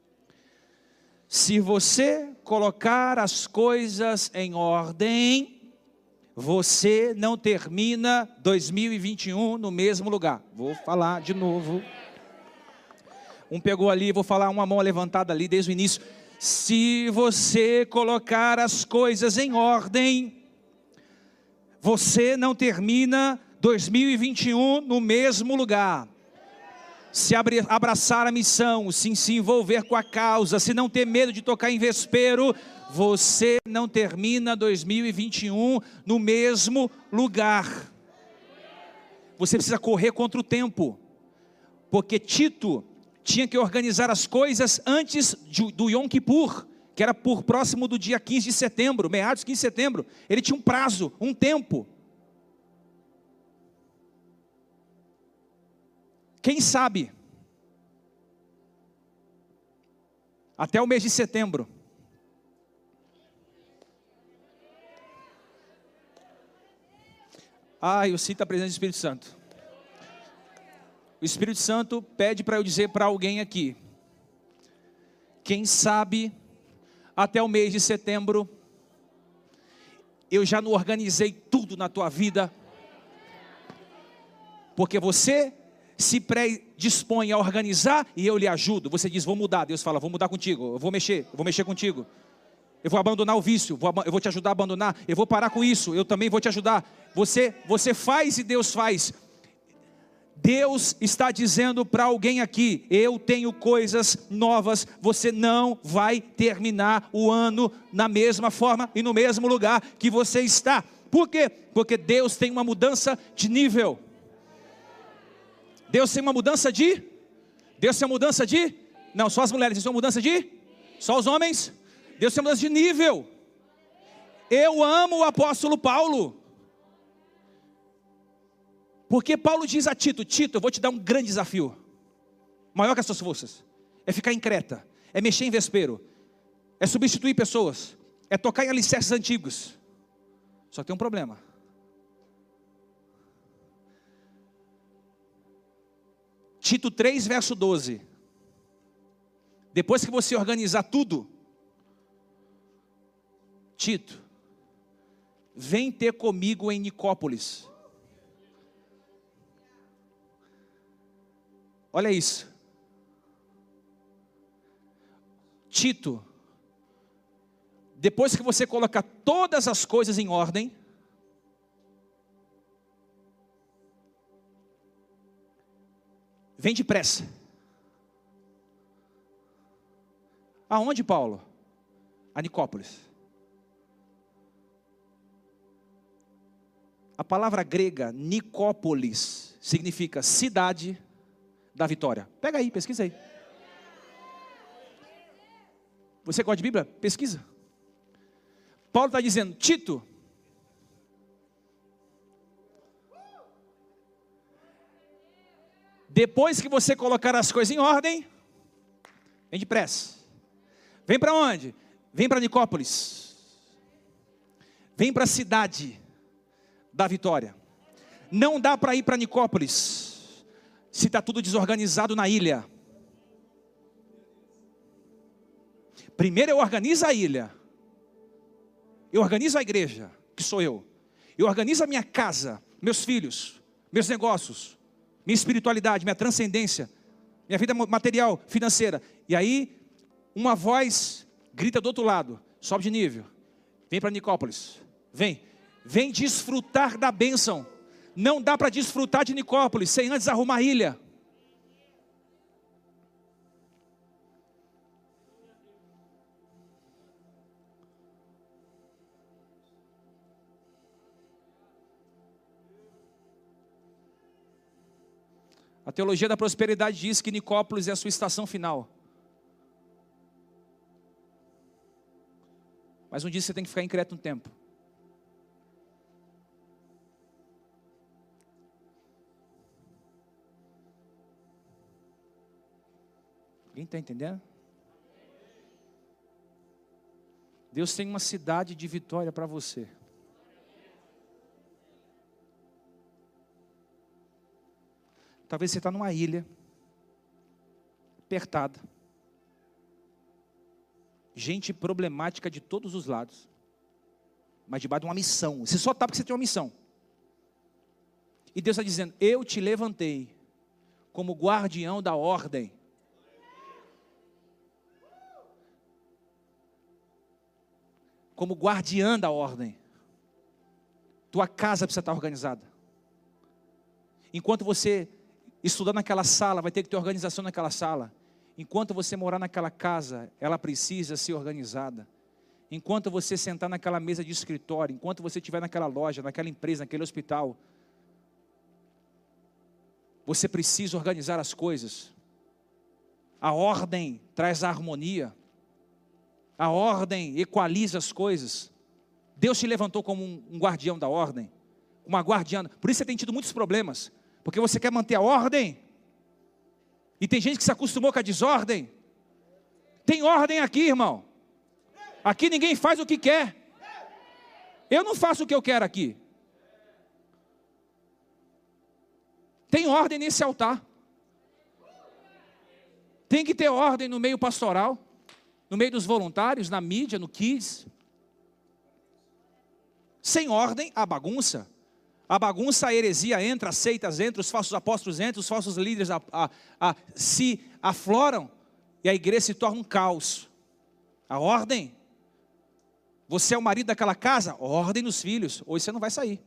Se você colocar as coisas em ordem, você não termina 2021 no mesmo lugar. Vou falar de novo. Um pegou ali, vou falar uma mão levantada ali desde o início. Se você colocar as coisas em ordem, você não termina 2021 no mesmo lugar. Se abraçar a missão, se envolver com a causa, se não ter medo de tocar em vespeiro, você não termina 2021 no mesmo lugar. Você precisa correr contra o tempo, porque Tito tinha que organizar as coisas antes do Yom Kippur, que era por próximo do dia 15 de setembro, meados de 15 de setembro. Ele tinha um prazo, um tempo. Quem sabe, até o mês de setembro, eu sinto a presença do Espírito Santo. O Espírito Santo pede para eu dizer para alguém aqui: quem sabe, até o mês de setembro, eu já não organizei tudo na tua vida, porque você se predispõe a organizar e eu lhe ajudo. Você diz: vou mudar. Deus fala: vou mudar contigo, eu vou mexer contigo. Eu vou abandonar o vício, eu vou te ajudar a abandonar. Eu vou parar com isso, eu também vou te ajudar. Você faz e Deus faz. Deus está dizendo para alguém aqui: eu tenho coisas novas. Você não vai terminar o ano na mesma forma e no mesmo lugar que você está. Por quê? Porque Deus tem uma mudança de nível. Deus tem uma mudança de? Deus tem uma mudança de? Não, só as mulheres. Deus tem uma mudança de? Só os homens? Deus tem uma mudança de nível. Eu amo o apóstolo Paulo. Porque Paulo diz a Tito: Tito, eu vou te dar um grande desafio, maior que as suas forças. É ficar em Creta, é mexer em vespeiro, é substituir pessoas, é tocar em alicerces antigos. Só que tem um problema. Tito 3, verso 12. Depois que você organizar tudo, Tito, vem ter comigo em Nicópolis. Olha isso. Tito, Depois que você colocar todas as coisas em ordem, vem depressa. Aonde, Paulo? A Nicópolis. A palavra grega Nicópolis significa cidade da vitória. Pega aí, pesquisa aí. Você gosta de Bíblia? Pesquisa. Paulo está dizendo, Tito, depois que você colocar as coisas em ordem, vem depressa. Vem para onde? Vem para Nicópolis. Vem para a cidade da vitória. Não dá para ir para Nicópolis se está tudo desorganizado na ilha. Primeiro eu organizo a ilha. Eu organizo a igreja, que sou eu. Eu organizo a minha casa, meus filhos, meus negócios, minha espiritualidade, minha transcendência, minha vida material, financeira. E aí, uma voz grita do outro lado, sobe de nível. Vem para Nicópolis. Vem desfrutar da bênção. Não dá para desfrutar de Nicópolis sem antes arrumar a ilha. A teologia da prosperidade diz que Nicópolis é a sua estação final. Mas um dia você tem que ficar em Creta um tempo. Alguém está entendendo? Deus tem uma cidade de vitória para você. Talvez você está numa ilha, apertada, gente problemática de todos os lados, mas debaixo de uma missão. Você só está porque você tem uma missão. E Deus está dizendo, eu te levantei como guardião da ordem. Como guardiã da ordem. Tua casa precisa estar organizada. Enquanto você estudar naquela sala, vai ter que ter organização naquela sala. Enquanto você morar naquela casa, ela precisa ser organizada. Enquanto você sentar naquela mesa de escritório, enquanto você estiver naquela loja, naquela empresa, naquele hospital, você precisa organizar as coisas. A ordem traz a harmonia. A ordem equaliza as coisas. Deus te levantou como um guardião da ordem, uma guardiã. Por isso você tem tido muitos problemas. Porque você quer manter a ordem. E tem gente que se acostumou com a desordem. Tem ordem aqui, irmão. Aqui ninguém faz o que quer. Eu não faço o que eu quero aqui. Tem ordem nesse altar. Tem que ter ordem no meio pastoral, no meio dos voluntários, na mídia, no Kids. Sem ordem, a bagunça. A bagunça, a heresia entra, as seitas entram, os falsos apóstolos entram, os falsos líderes se afloram e a igreja se torna um caos. A ordem. Você é o marido daquela casa? Ordem nos filhos. Hoje você não vai sair.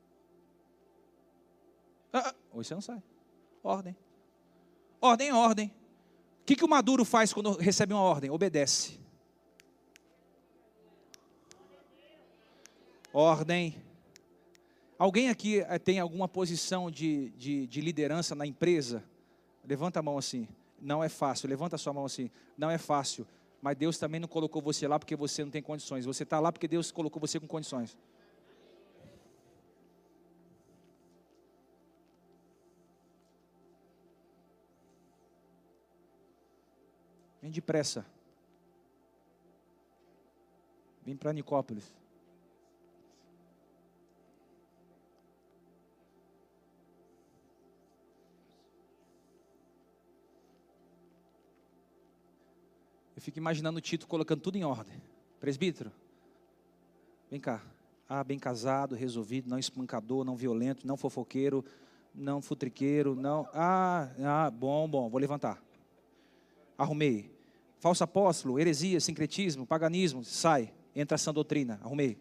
Hoje você não sai. Ordem. Ordem é ordem. O que o maduro faz quando recebe uma ordem? Obedece. Ordem. Alguém aqui tem alguma posição de liderança na empresa? Levanta a mão assim. Não é fácil. Levanta a sua mão assim. Não é fácil. Mas Deus também não colocou você lá porque você não tem condições. Você está lá porque Deus colocou você com condições. Vem depressa. Vem para Nicópolis. Eu fico imaginando o Tito colocando tudo em ordem. Presbítero, vem cá. Bem casado, resolvido, não espancador, não violento, não fofoqueiro, não futriqueiro, não... Bom, vou levantar. Arrumei. Falso apóstolo, heresia, sincretismo, paganismo, sai. entra essa doutrina. Arrumei.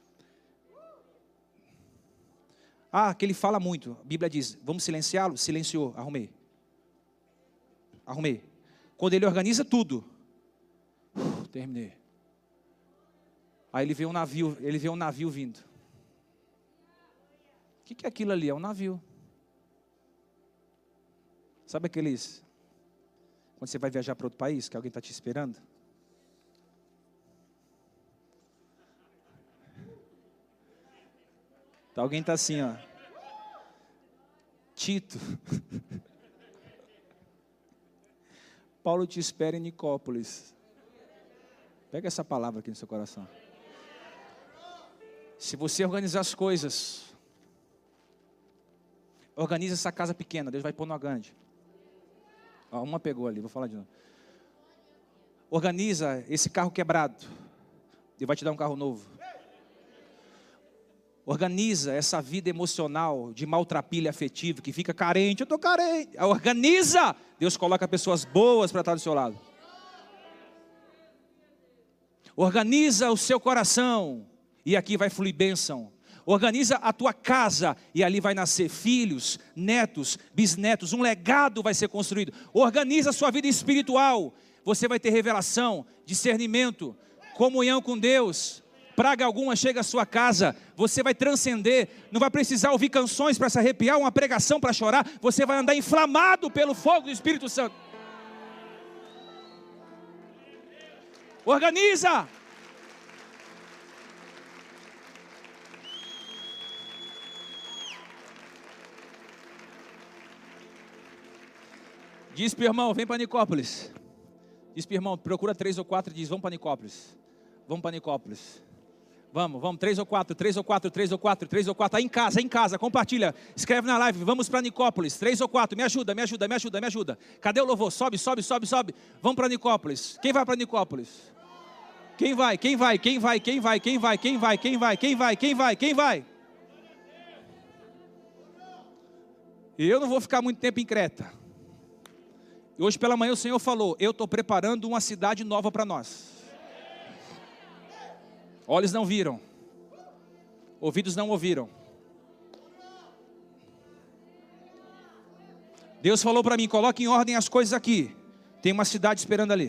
Ah, que ele fala muito. A Bíblia diz, vamos silenciá-lo? Silenciou. Arrumei. Arrumei. Quando ele organiza tudo. Terminei. Aí ele vê um navio vindo. O que é aquilo ali? É um navio. Sabe aqueles... Quando você vai viajar para outro país, que alguém está te esperando? Alguém está assim, ó. Tito. Paulo te espera em Nicópolis. Pega essa palavra aqui no seu coração. Se você organizar as coisas, organiza essa casa pequena, Deus vai pôr no grande. Ó, uma pegou ali, vou falar de novo. Organiza esse carro quebrado, Deus vai te dar um carro novo. Organiza essa vida emocional de maltrapilho afetivo, que fica carente, eu estou carente. Organiza, Deus coloca pessoas boas para estar do seu lado. Organiza o seu coração, e aqui vai fluir bênção. Organiza a tua casa, e ali vai nascer filhos, netos, bisnetos, um legado vai ser construído. Organiza a sua vida espiritual, você vai ter revelação, discernimento, comunhão com Deus. Praga alguma chega à sua casa, você vai transcender, não vai precisar ouvir canções para se arrepiar, uma pregação para chorar, você vai andar inflamado pelo fogo do Espírito Santo. Organiza! Diz para o irmão, vem para Nicópolis. Diz para o irmão, procura 3 ou 4 e diz, vamos para Nicópolis. Vamos para Nicópolis. Vamos, 3 ou 4, 3 ou 4, 3 ou 4, 3 ou 4. Aí em casa, compartilha. Escreve na live, vamos para Nicópolis. 3 ou 4, me ajuda. Cadê o louvor? Sobe. Vamos para Nicópolis. Quem vai para Nicópolis? Quem vai? E eu não vou ficar muito tempo em Creta. E hoje pela manhã o Senhor falou, eu estou preparando uma cidade nova para nós. Olhos não viram, ouvidos não ouviram. Deus falou para mim, coloque em ordem as coisas aqui. Tem uma cidade esperando ali.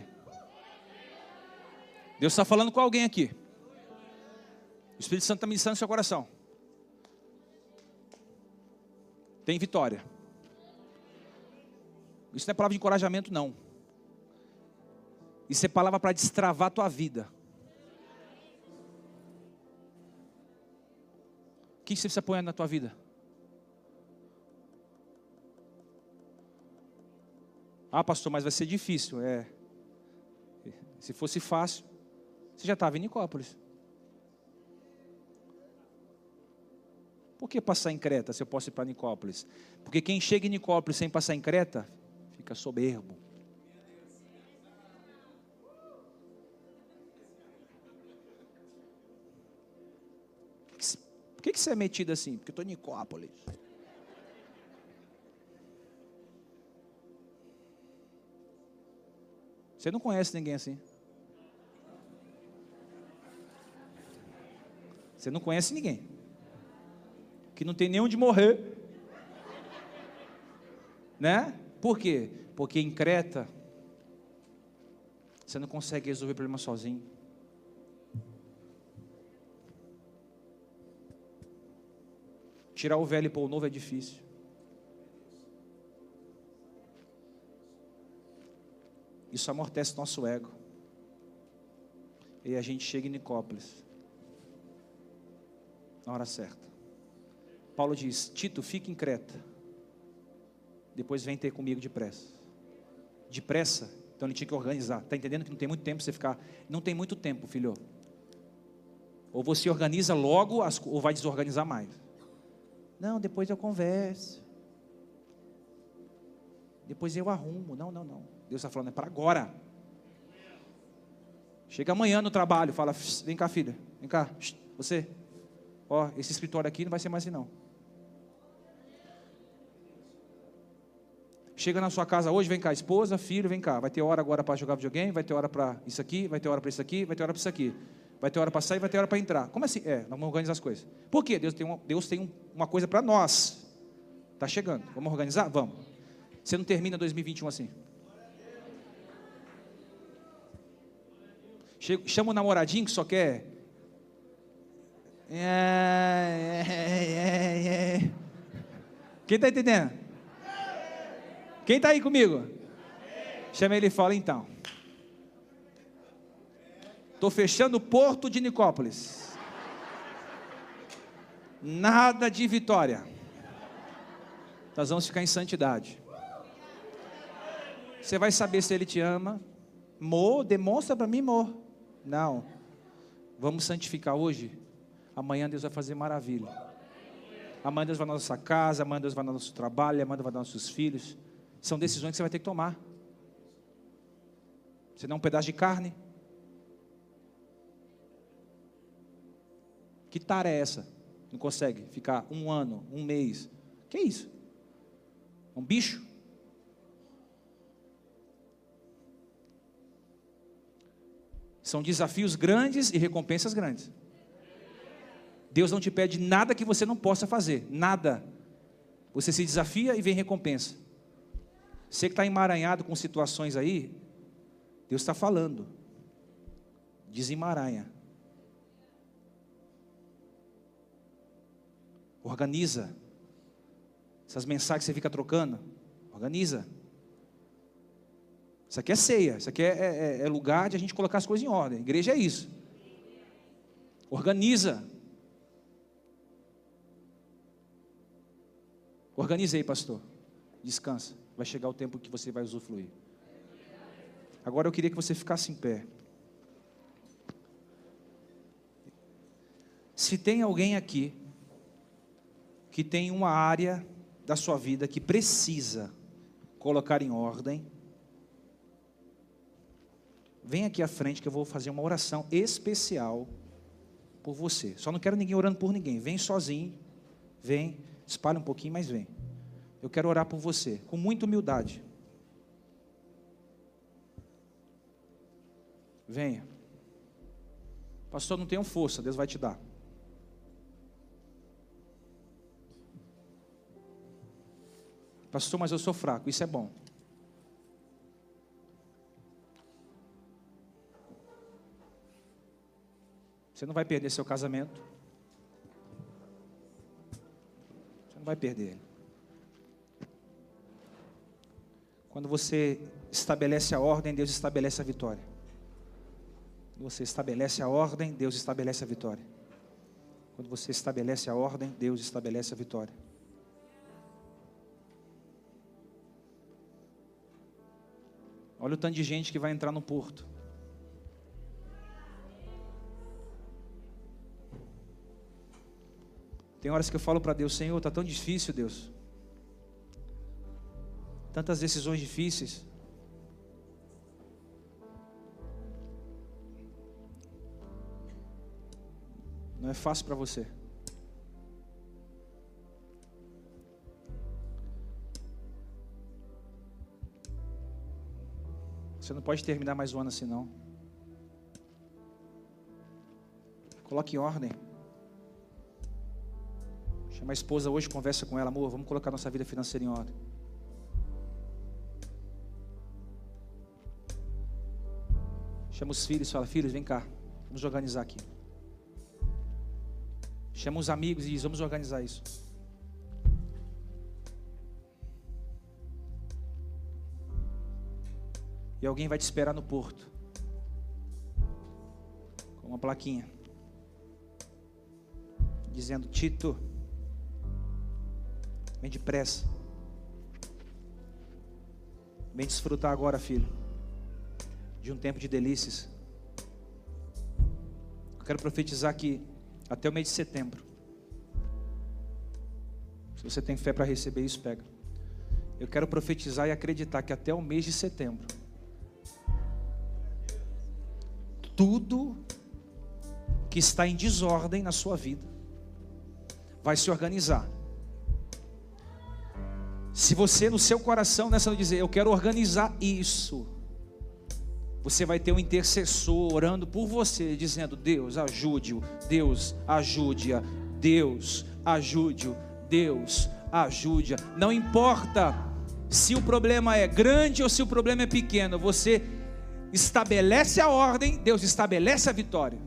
Deus está falando com alguém aqui. O Espírito Santo está ministrando no seu coração. Tem vitória. Isso não é palavra de encorajamento, não. Isso é palavra para destravar a tua vida. O que você precisa pôr na tua vida? Ah, pastor, mas vai ser difícil. Se fosse fácil, você já estava em Nicópolis. Por que passar em Creta se eu posso ir para Nicópolis? Porque quem chega em Nicópolis sem passar em Creta, fica soberbo. Por que você é metido assim? Porque eu estou em Nicópolis. Você não conhece ninguém assim. Você não conhece ninguém. Que não tem nem onde morrer. Né? Por quê? Porque em Creta, você não consegue resolver o problema sozinho. Tirar o velho e pôr o novo é difícil. Isso amortece nosso ego. E a gente chega em Nicópolis. Na hora certa. Paulo diz, Tito, fica em Creta. Depois vem ter comigo depressa. Depressa? Então ele tinha que organizar. Está entendendo que não tem muito tempo para você ficar? Não tem muito tempo, filho. Ou você organiza logo, ou vai desorganizar mais. Não, depois eu converso. Depois eu arrumo. Não. Deus está falando, é para agora. Chega amanhã no trabalho, fala, vem cá filha, vem cá, você. Ó, esse escritório aqui não vai ser mais assim não. Chega na sua casa hoje, vem cá, esposa, filho, vem cá. Vai ter hora agora para jogar videogame, vai ter hora para isso aqui, vai ter hora para isso aqui, vai ter hora para isso aqui. Vai ter hora para sair, vai ter hora para entrar. Como assim? Nós vamos organizar as coisas. Por quê? Deus tem uma coisa para nós. Está chegando. Vamos organizar? Vamos. Você não termina 2021 assim. Chama o namoradinho que só quer. Quem está entendendo? Quem está aí comigo? Chama ele e fala, então. Estou fechando o porto de Nicópolis. Nada de Vitória. Nós vamos ficar em santidade. Você vai saber se ele te ama. Demonstra para mim, Não. Vamos santificar hoje. Amanhã Deus vai fazer maravilha. Amanhã Deus vai na nossa casa. Amanhã Deus vai no nosso trabalho. Amanhã Deus vai nos nossos filhos. São decisões que você vai ter que tomar. Você não é um pedaço de carne. Que tara é essa? Não consegue ficar um ano, um mês. Que é isso? Um bicho? São desafios grandes e recompensas grandes. Deus não te pede nada que você não possa fazer. Nada. Você se desafia e vem recompensa. Você que está emaranhado com situações aí, Deus está falando. Desemaranha. Organiza. Essas mensagens que você fica trocando, organiza. Isso aqui é ceia. Isso aqui é lugar de a gente colocar as coisas em ordem. A igreja é isso. Organiza. Organize aí, pastor. Descansa. Vai chegar o tempo que você vai usufruir. Agora eu queria que você ficasse em pé. Se tem alguém aqui que tem uma área da sua vida que precisa colocar em ordem, vem aqui à frente que eu vou fazer uma oração especial por você. Só não quero ninguém orando por ninguém. Vem sozinho, vem, espalha um pouquinho, mas vem. Eu quero orar por você, com muita humildade. Venha. Pastor, não tenho força, Deus vai te dar. Pastor, mas eu sou fraco, isso é bom. Você não vai perder seu casamento. Você não vai perder ele. Quando você estabelece a ordem, Deus estabelece a vitória. Quando você estabelece a ordem, Deus estabelece a vitória. Quando você estabelece a ordem, Deus estabelece a vitória. Olha o tanto de gente que vai entrar no porto. Tem horas que eu falo para Deus, Senhor, está tão difícil, Deus. Tantas decisões difíceis. Não é fácil para você. Você não pode terminar mais um ano assim, não. Coloque em ordem. Chama a esposa hoje, conversa com ela. Amor, vamos colocar nossa vida financeira em ordem. Chama os filhos, fala, filhos, vem cá. Vamos organizar aqui. Chama os amigos e diz, vamos organizar isso. E alguém vai te esperar no porto. Com uma plaquinha. Dizendo, Tito, vem depressa. Vem desfrutar agora, filho, de um tempo de delícias. Eu quero profetizar que até o mês de setembro, se você tem fé para receber isso, pega. Eu quero profetizar e acreditar que até o mês de setembro, tudo que está em desordem na sua vida vai se organizar. Se você no seu coração nessa dizer, eu quero organizar isso, você vai ter um intercessor orando por você, dizendo: Deus, ajude-o, Deus, ajude-a, Deus, ajude-o, Deus, ajude-a. Não importa se o problema é grande ou se o problema é pequeno, você estabelece a ordem, Deus estabelece a vitória.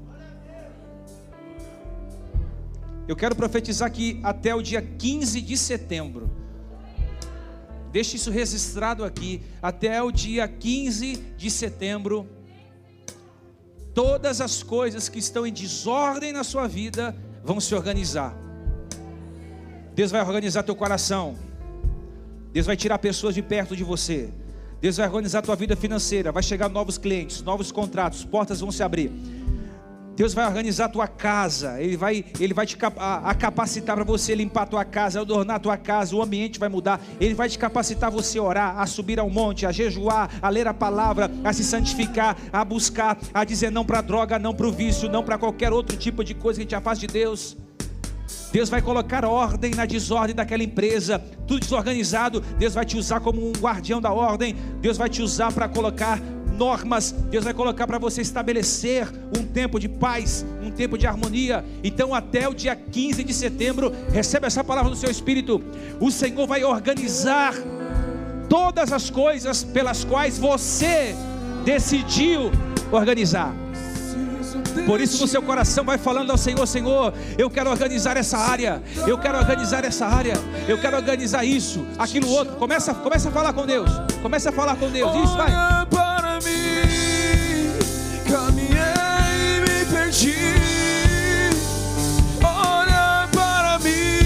Eu quero profetizar que até o dia 15 de setembro, deixe isso registrado aqui, até o dia 15 de setembro, todas as coisas que estão em desordem na sua vida vão se organizar. Deus vai organizar teu coração, Deus vai tirar pessoas de perto de você, Deus vai organizar tua vida financeira, vai chegar novos clientes, novos contratos, portas vão se abrir. Deus vai organizar a tua casa, Ele vai te capacitar para você limpar a tua casa, adornar a tua casa, o ambiente vai mudar. Ele vai te capacitar a você orar, a subir ao monte, a jejuar, a ler a palavra, a se santificar, a buscar, a dizer não para a droga, não para o vício, não para qualquer outro tipo de coisa que te afaste de Deus. Deus vai colocar ordem na desordem daquela empresa, tudo desorganizado. Deus vai te usar como um guardião da ordem, Deus vai te usar para colocar normas, Deus vai colocar para você estabelecer um tempo de paz, um tempo de harmonia. Então até o dia 15 de setembro, recebe essa palavra no seu espírito, o Senhor vai organizar todas as coisas pelas quais você decidiu organizar. Por isso no seu coração vai falando ao Senhor: Senhor, eu quero organizar essa área, eu quero organizar essa área, eu quero organizar isso, aquilo outro. Começa a falar com Deus, começa a falar com Deus. Isso, vai. Olha para mim, caminhei e me perdi. Olha para mim,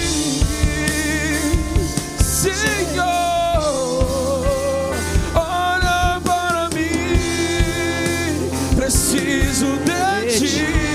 Senhor. Olha para mim, preciso de Ti.